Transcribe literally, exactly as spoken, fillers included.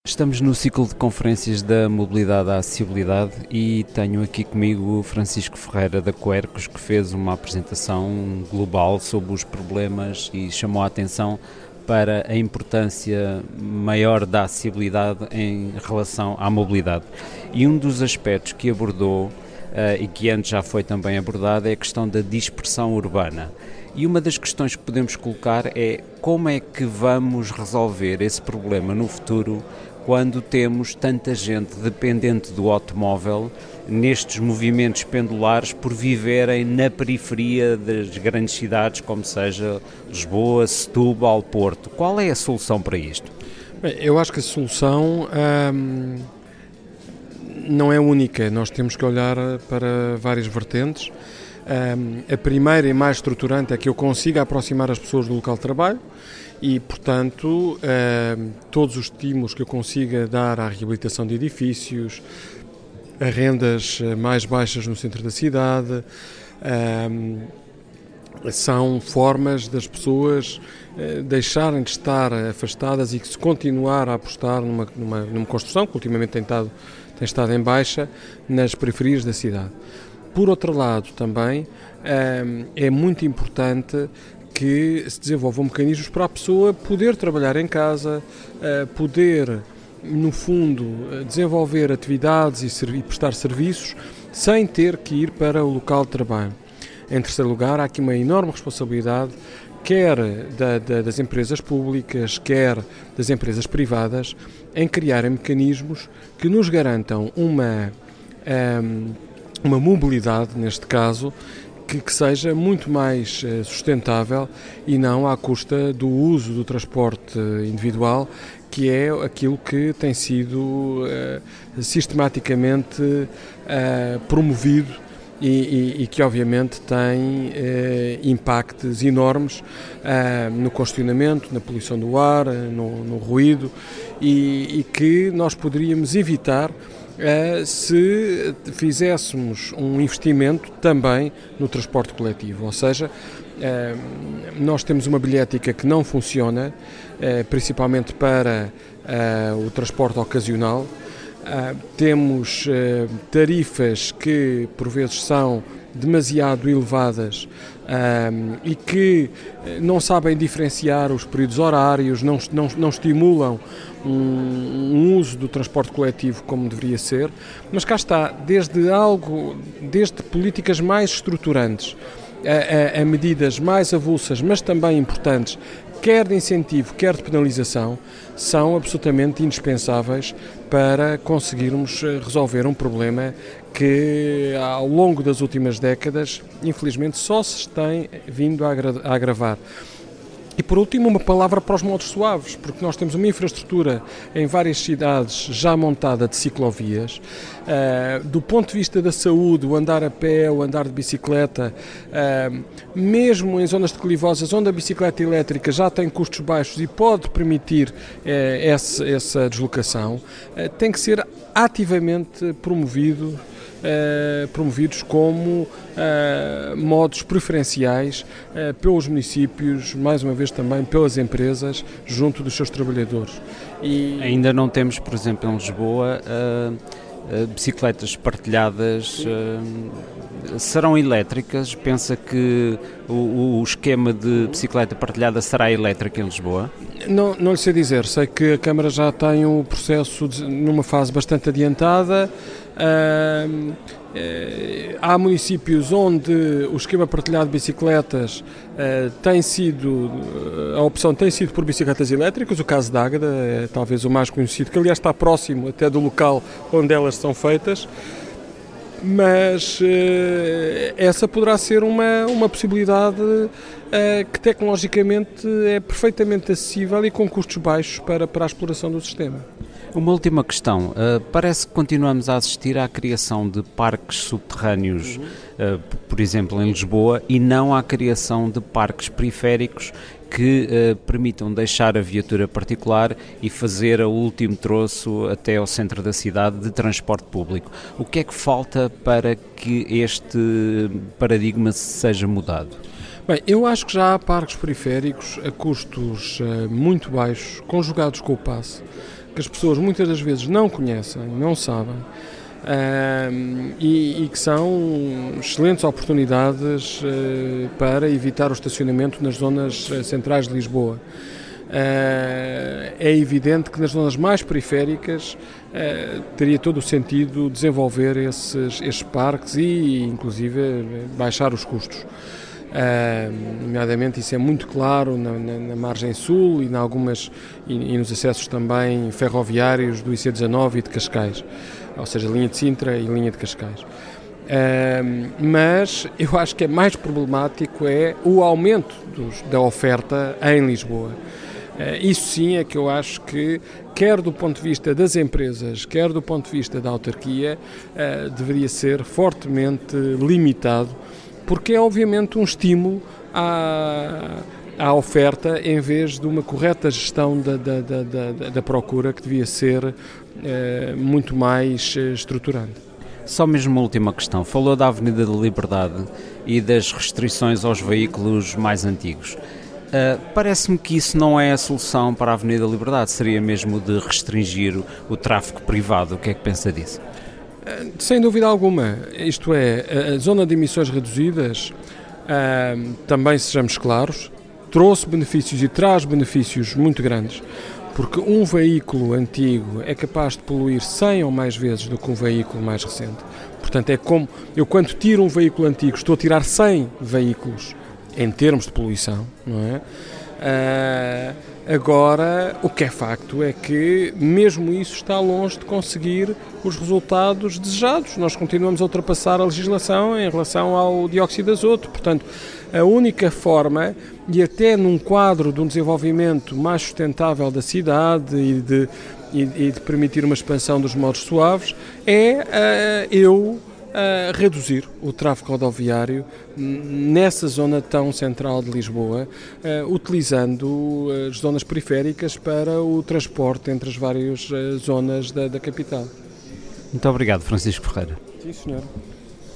Estamos no ciclo de conferências da mobilidade à acessibilidade e tenho aqui comigo o Francisco Ferreira da Quercus, que fez uma apresentação global sobre os problemas e chamou a atenção para a importância maior da acessibilidade em relação à mobilidade. E um dos aspectos que abordou, uh, e que antes já foi também abordado, é a questão da dispersão urbana. E uma das questões que podemos colocar é como é que vamos resolver esse problema no futuro quando temos tanta gente dependente do automóvel nestes movimentos pendulares por viverem na periferia das grandes cidades, como seja Lisboa, Setúbal, Porto. Qual é a solução para isto? Bem, eu acho que a solução hum, não é única. Nós temos que olhar para várias vertentes. Um, a primeira e mais estruturante é que eu consiga aproximar as pessoas do local de trabalho e, portanto, um, todos os estímulos que eu consiga dar à reabilitação de edifícios, a rendas mais baixas no centro da cidade, um, são formas das pessoas uh, deixarem de estar afastadas e que se continuar a apostar numa, numa, numa construção que ultimamente tem, estado, tem estado em baixa nas periferias da cidade. Por outro lado, também é muito importante que se desenvolvam mecanismos para a pessoa poder trabalhar em casa, poder, no fundo, desenvolver atividades e prestar serviços sem ter que ir para o local de trabalho. Em terceiro lugar, há aqui uma enorme responsabilidade, quer da, da, das empresas públicas, quer das empresas privadas, em criarem mecanismos que nos garantam uma... Um, uma mobilidade, neste caso, que, que seja muito mais uh, sustentável e não à custa do uso do transporte individual, que é aquilo que tem sido uh, sistematicamente uh, promovido e, e, e que obviamente tem uh, impactos enormes uh, no congestionamento, na poluição do ar, uh, no, no ruído e, e que nós poderíamos evitar Uh, se fizéssemos um investimento também no transporte coletivo, ou seja, uh, nós temos uma bilhética que não funciona, uh, principalmente para uh, o transporte ocasional, uh, temos uh, tarifas que por vezes são demasiado elevadas um, e que não sabem diferenciar os períodos horários, não, não, não estimulam um, um uso do transporte coletivo como deveria ser, mas cá está, desde algo, desde políticas mais estruturantes a, a, a medidas mais avulsas, mas também importantes, quer de incentivo, quer de penalização, são absolutamente indispensáveis para conseguirmos resolver um problema que, ao longo das últimas décadas, infelizmente, só se tem vindo a agravar. E, por último, uma palavra para os modos suaves, porque nós temos uma infraestrutura em várias cidades já montada de ciclovias. Uh, do ponto de vista da saúde, o andar a pé, o andar de bicicleta, uh, mesmo em zonas declivosas onde a bicicleta elétrica já tem custos baixos e pode permitir uh, essa, essa deslocação, uh, tem que ser ativamente promovido. Uh, promovidos como uh, modos preferenciais uh, pelos municípios, mais uma vez também pelas empresas, junto dos seus trabalhadores. E ainda não temos, por exemplo, em Lisboa, uh, uh, bicicletas partilhadas uh, serão elétricas? Pensa que o, o esquema de bicicleta partilhada será elétrica em Lisboa? Não, não lhe sei dizer, sei que a Câmara já tem o processo de, numa fase bastante adiantada. Uh, uh, há municípios onde o esquema partilhado de bicicletas uh, tem sido, uh, a opção tem sido por bicicletas elétricas, o caso de Águeda é talvez o mais conhecido, que aliás está próximo até do local onde elas são feitas, mas uh, essa poderá ser uma, uma possibilidade uh, que tecnologicamente é perfeitamente acessível e com custos baixos para, para a exploração do sistema. Uma última questão. Uh, parece que continuamos a assistir à criação de parques subterrâneos, uhum. uh, por exemplo, em Lisboa, e não à criação de parques periféricos que uh, permitam deixar a viatura particular e fazer o último troço até ao centro da cidade de transporte público. O que é que falta para que este paradigma seja mudado? Bem, eu acho que já há parques periféricos a custos uh, muito baixos, conjugados com o passe, que as pessoas muitas das vezes não conhecem, não sabem, uh, e, e que são excelentes oportunidades uh, para evitar o estacionamento nas zonas uh, centrais de Lisboa. Uh, é evidente que nas zonas mais periféricas uh, teria todo o sentido desenvolver esses, esses parques e, inclusive, baixar os custos. Uh, nomeadamente, isso é muito claro na, na, na margem sul e, na algumas, e, e nos acessos também ferroviários do I C dezanove e de Cascais, ou seja, linha de Sintra e linha de Cascais. Uh, mas eu acho que é mais problemático é o aumento dos, da oferta em Lisboa. Uh, isso sim é que eu acho que, quer do ponto de vista das empresas, quer do ponto de vista da autarquia, uh, deveria ser fortemente limitado, porque é obviamente um estímulo à, à oferta em vez de uma correta gestão da, da, da, da, da procura, que devia ser uh, muito mais uh, estruturante. Só mesmo uma última questão. Falou da Avenida da Liberdade e das restrições aos veículos mais antigos. Uh, parece-me que isso não é a solução para a Avenida da Liberdade, seria mesmo de restringir o, o tráfego privado. O que é que pensa disso? Uh, sem dúvida alguma. Isto é, a, a zona de emissões reduzidas, uh, também sejamos claros, trouxe benefícios e traz benefícios muito grandes, porque um veículo antigo é capaz de poluir cem ou mais vezes do que um veículo mais recente. Portanto, é como eu, quando tiro um veículo antigo, estou a tirar cem veículos em termos de poluição, não é? Uh, agora, o que é facto é que mesmo isso está longe de conseguir os resultados desejados. Nós continuamos a ultrapassar a legislação em relação ao dióxido de azoto. Portanto, a única forma, e até num quadro de um desenvolvimento mais sustentável da cidade e de, e, e de permitir uma expansão dos modos suaves, é uh, eu a reduzir o tráfego rodoviário nessa zona tão central de Lisboa, uh, utilizando as zonas periféricas para o transporte entre as várias uh, zonas da, da capital. Muito obrigado, Francisco Ferreira. Sim, senhor.